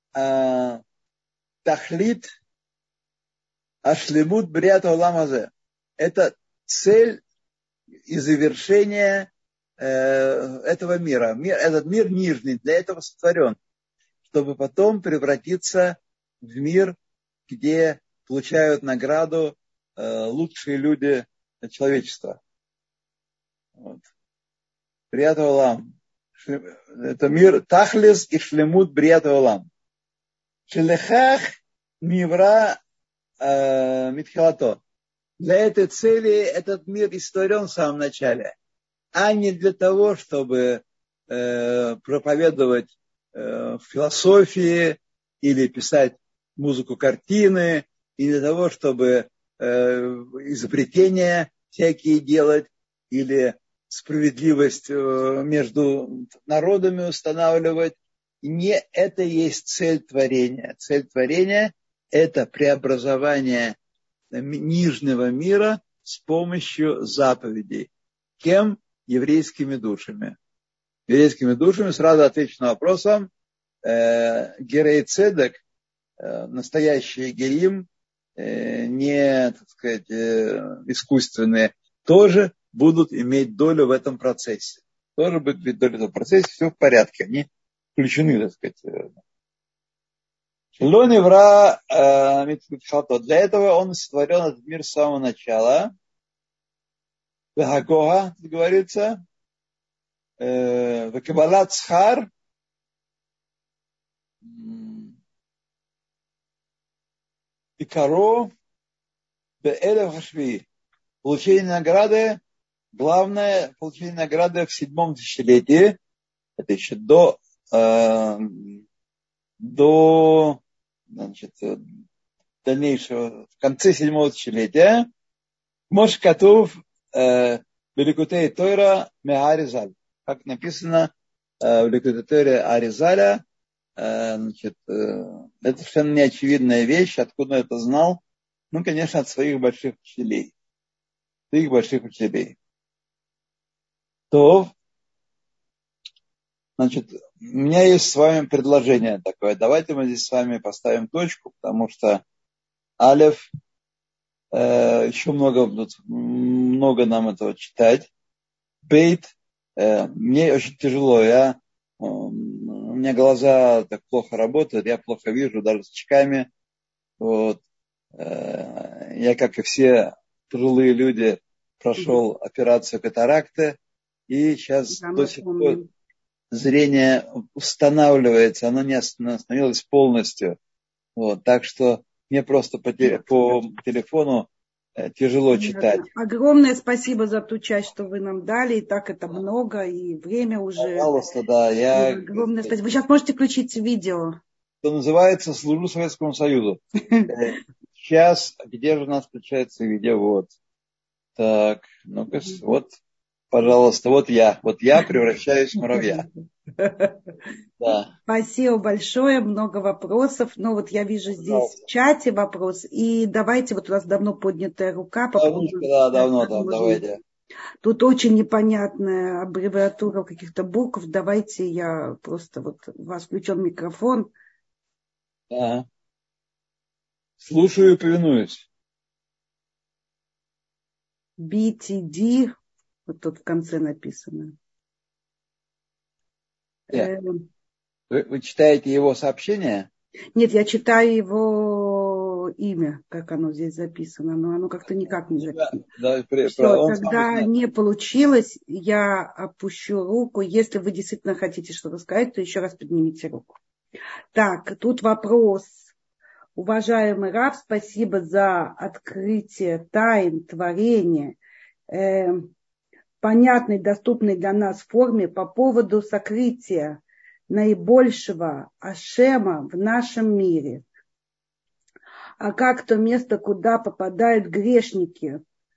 тахлит ашлемут бриат олам азе. Это цель и завершение этого мира. Этот мир нижний, для этого сотворен, чтобы потом превратиться в мир, где получают награду лучшие люди человечества. Вот. Бриат олам. Это мир тахлис и шлемут бриат олам. Шелехах мивра митхилато. Для этой цели этот мир исторен в самом начале, а не для того, чтобы проповедовать философии или писать музыку, картины, и для того, чтобы изобретения всякие делать или справедливость между народами устанавливать. Не это есть цель творения. Цель творения – это преобразование нижнего мира с помощью заповедей. Кем? Еврейскими душами. Еврейскими душами, сразу отвечу на вопросом, Герей Цедек, настоящие геим, не, так сказать, искусственные, тоже будут иметь долю в этом процессе. Тоже будут иметь долю в этом процессе, все в порядке, они включены, так сказать. Для этого он сотворен этот мир с самого начала. Вехагога, тут говорится, Векабалат Схар, Икаро, Беэлев Хашви. Получение награды, главное, получение награды в 7-м тысячелетии, это еще до значит, дальнейшего, в конце 7-го тысячелетия, Мош Катув Великутей Тойра Меаризаль. Как написано в Великутей Тойре Аризаля, значит, это совершенно неочевидная вещь, откуда он это знал. Ну, конечно, от своих больших учителей. своих больших учителей. То, значит, у меня есть с вами предложение такое. Давайте мы здесь с вами поставим точку, потому что Алеф, еще много нам этого читать. Бейт, мне очень тяжело. У меня глаза так плохо работают, я плохо вижу, даже с очками. Вот. Я, как и все пожилые люди, прошел операцию катаракты, и сейчас Да, до мы сих пор помним. зрение устанавливается, оно не остановилось полностью. Вот. Так что мне просто по телефону тяжело читать. Огромное спасибо за ту часть, что вы нам дали. И так это много, и время уже. Пожалуйста, да. Огромное спасибо. Вы сейчас можете включить видео. Что называется, служу Советскому Союзу. Сейчас, где же у нас включается видео? Вот. Так, ну-ка, вот, пожалуйста, вот я превращаюсь в муравья. Да. Спасибо большое, много вопросов. Но вот я вижу здесь в чате вопрос. И давайте, вот у нас давно поднятая рука. Давно, давайте. Тут очень непонятная аббревиатура каких-то букв. Давайте я просто вот у вас включен микрофон. Ага. Слушаю и повинуюсь. BTD, вот тут в конце написано. Вы читаете его сообщение? Нет, я читаю его имя, как оно здесь записано, но оно как-то никак не записано. Все, тогда не получилось, я опущу руку. Если вы действительно хотите что-то сказать, то еще раз поднимите руку. Так, тут вопрос. Уважаемый Рав, спасибо за открытие тайн творения, понятной, доступной для нас форме по поводу сокрытия наибольшего Ашема в нашем мире. А как то место, куда попадают грешники?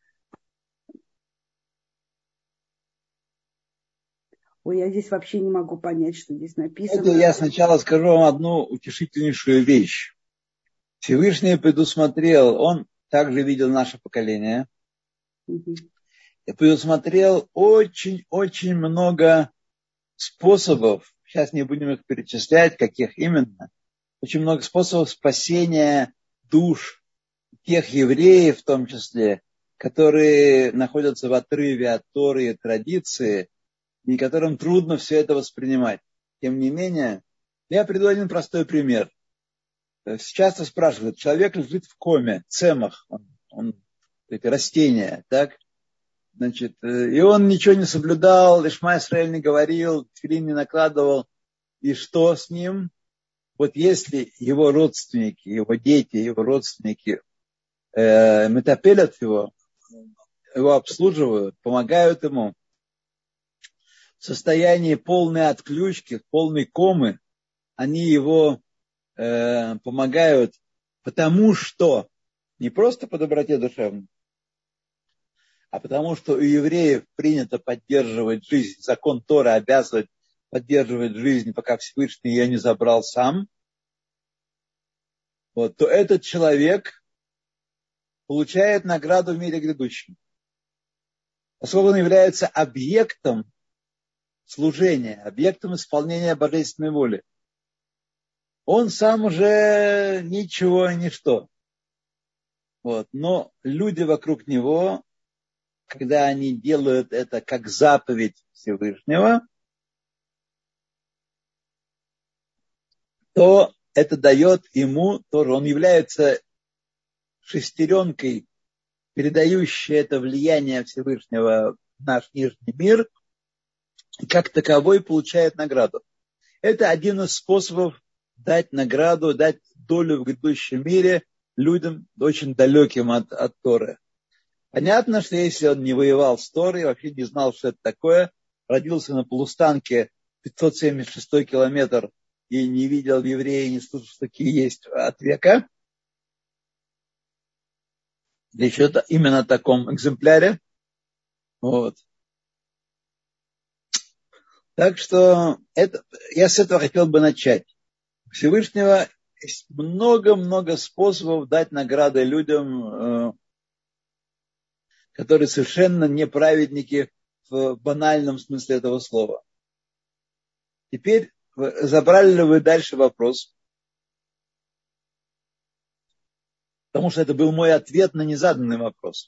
Ой, я здесь вообще не могу понять, что здесь написано. Это я сначала скажу вам одну утешительнейшую вещь. Всевышний предусмотрел, он также видел наше поколение, и предусмотрел очень-очень много способов, сейчас не будем их перечислять, каких именно, очень много способов спасения душ тех евреев, в том числе, которые находятся в отрыве от Торы и традиции, и которым трудно все это воспринимать. Тем не менее, я приведу один простой пример. Часто спрашивают, человек лежит в коме, цемах, эти растения, так? Значит, и он ничего не соблюдал, Ишма Исраэль не говорил, тфилин не накладывал. И что с ним? Вот если его родственники, его дети, его родственники метапелят его обслуживают, помогают ему в состоянии полной отключки, полной комы, они его помогают, потому что не просто по доброте душевной, а потому что у евреев принято поддерживать жизнь, закон Торы обязывает поддерживать жизнь, пока Всевышний ее не забрал сам, вот, то этот человек получает награду в мире грядущем. Поскольку он является объектом служения, объектом исполнения божественной воли. Он сам уже ничего, ничто. Вот. Но люди вокруг него, когда они делают это как заповедь Всевышнего, то это дает ему тоже, он является шестеренкой, передающей это влияние Всевышнего в наш нижний мир, и как таковой получает награду. Это один из способов дать награду, дать долю в грядущем мире людям, очень далеким от Торы. Понятно, что если он не воевал с Торой, вообще не знал, что это такое, родился на полустанке 576 километр и не видел евреев, не слышал, что такие есть от века, или еще именно в таком экземпляре. Вот. Так что я с этого хотел бы начать. У Всевышнего есть много-много способов дать награды людям. которые совершенно не праведники в банальном смысле этого слова. Теперь забрали ли вы дальше вопрос? Потому что это был мой ответ на незаданный вопрос.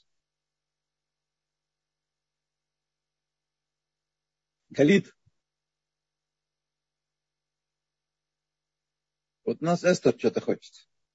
Галит. Вот у нас Эстер что-то хочет.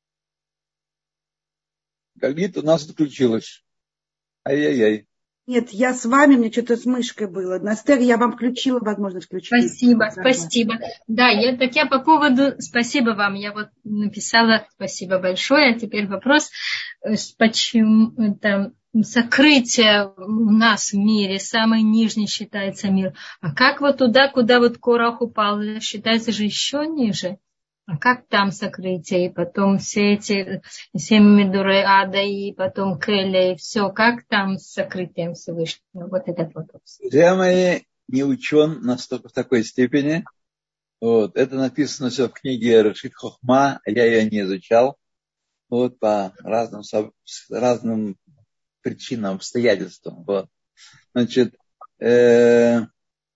Галит у нас отключилась. Ай-яй-яй. Нет, я с вами, мне что-то с мышкой было. Настер, я вам включила возможность включить. Спасибо. Да, я по поводу, спасибо вам, я вот написала спасибо большое, а теперь вопрос, почему это сокрытие у нас в мире, самый нижний считается мир, а как вот туда, куда вот Корах упал, считается же еще ниже? А как там сокрытие? И потом все эти 7 медурей ада, и потом Келя, и все. Как там с сокрытием Всевышнего? Вот этот вопрос. Друзья мои, не учен настолько в такой степени. Вот. Это написано все в книге Решит Хохма, я ее не изучал. Вот, по разным причинам, обстоятельствам. Вот. Значит, эти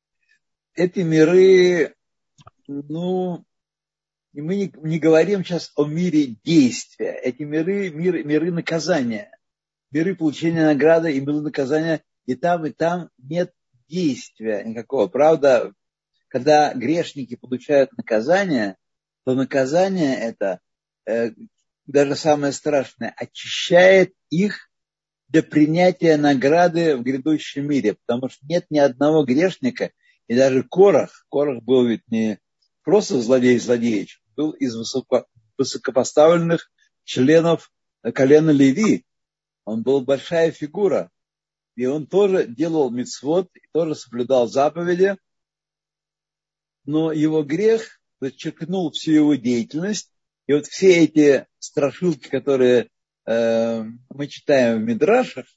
миры, и мы не говорим сейчас о мире действия. Эти миры наказания. Миры получения награды и миры наказания. И там нет действия никакого. Правда, когда грешники получают наказание, то наказание это, даже самое страшное, очищает их для принятия награды в грядущем мире. Потому что нет ни одного грешника, и даже Корах был ведь не просто злодеич, был из высокопоставленных членов колена Леви. Он был большая фигура. И он тоже делал мицвот, и тоже соблюдал заповеди. Но его грех подчеркнул всю его деятельность. И вот все эти страшилки, которые мы читаем в Мидрашах,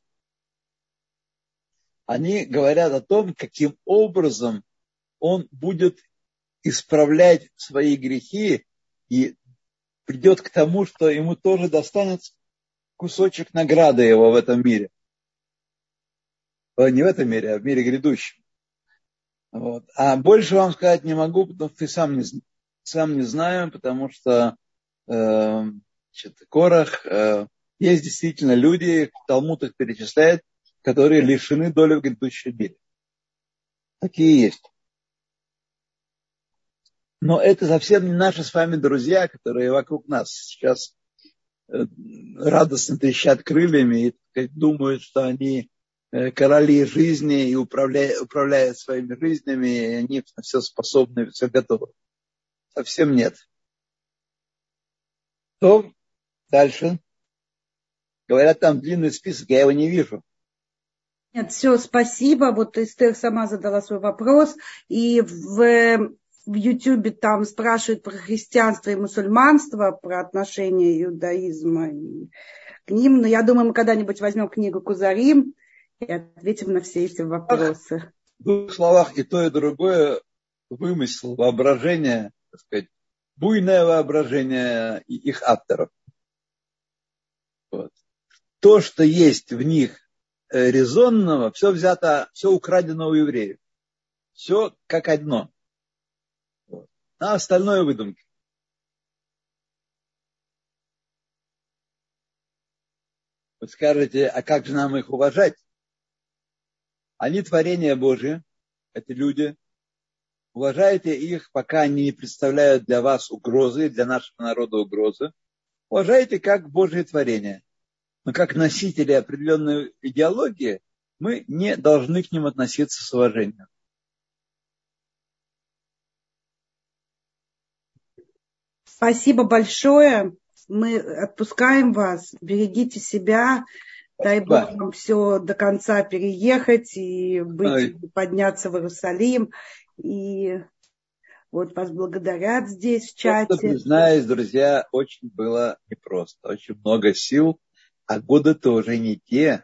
они говорят о том, каким образом он будет исправлять свои грехи и придет к тому, что ему тоже достанется кусочек награды его в этом мире. Не в этом мире, а в мире грядущем. Вот. А больше вам сказать не могу, потому что сам не знаю, потому что Корах, есть действительно люди, Талмуд их перечисляет, которые лишены доли в грядущем мире. Такие есть. Но это совсем не наши с вами друзья, которые вокруг нас сейчас радостно трещат крыльями и думают, что они короли жизни и управляют своими жизнями, и они все способны, все готовы. Совсем нет. То дальше. Говорят, там длинный список, я его не вижу. Нет, все, спасибо. Вот Эстер сама задала свой вопрос. И в Ютубе там спрашивают про христианство и мусульманство, про отношения иудаизма к ним. Но я думаю, мы когда-нибудь возьмем книгу Кузарим и ответим на все эти вопросы. В двух словах и то, и другое вымысел, воображение, так сказать, буйное воображение их авторов. Вот. То, что есть в них резонного, все взято, все украдено у евреев. Все как одно. Вот. А остальное выдумки. Вы скажете, а как же нам их уважать? Они творение Божие, это люди. Уважайте их, пока они не представляют для вас угрозы, для нашего народа угрозы. Уважайте как Божие творение. Но как носители определенной идеологии, мы не должны к ним относиться с уважением. Спасибо большое. Мы отпускаем вас. Берегите себя. Дай Бог вам все до конца переехать и подняться в Иерусалим. И вот вас благодарят здесь в чате. Признаюсь, друзья, очень было непросто. Очень много сил. А годы-то уже не те.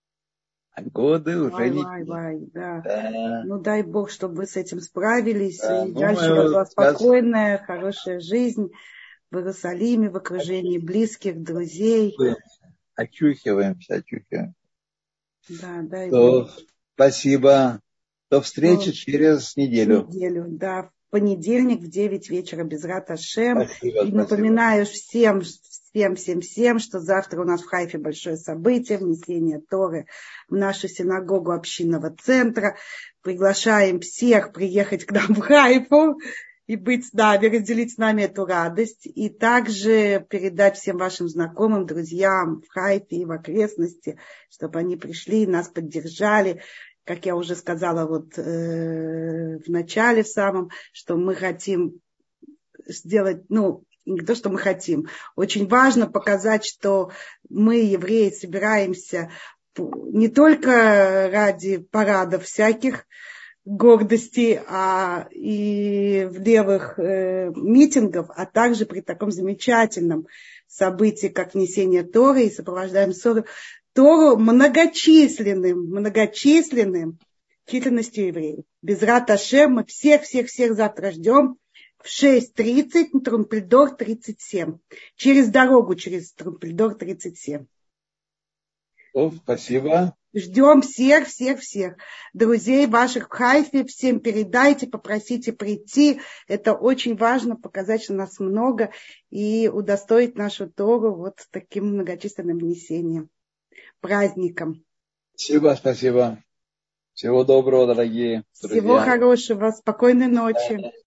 Да. Ну, дай Бог, чтобы вы с этим справились. Да, и дальше была спокойная, хорошая жизнь в Иерусалиме, в окружении близких, друзей. Очухиваемся. Да, дай То, Бог. спасибо. До встречи через неделю. Да, в понедельник в 9 вечера без Рат Ашем. Спасибо, И спасибо. напоминаю всем, что завтра у нас в Хайфе большое событие, внесение Торы в нашу синагогу общинного центра. Приглашаем всех приехать к нам в Хайфу и быть с нами, разделить с нами эту радость. И также передать всем вашим знакомым, друзьям в Хайфе и в окрестности, чтобы они пришли, нас поддержали. Как я уже сказала в начале в самом, что мы хотим сделать, не то, что мы хотим. Очень важно показать, что мы, евреи, собираемся не только ради парадов всяких, гордости и в левых митингов, а также при таком замечательном событии, как внесение Торы, и сопровождаем Тору многочисленным численностью евреев. Без Рат Ашем мы всех завтра ждем в 6:30 Трумпельдор 37. Через дорогу через Трумпельдор 37. Спасибо. Ждем всех. Друзей ваших в Хайфе. Всем передайте, попросите прийти. Это очень важно, показать, что нас много, и удостоить нашу Тору вот таким многочисленным внесением, праздником. Спасибо. Всего доброго, дорогие друзья. Всего хорошего. Спокойной ночи.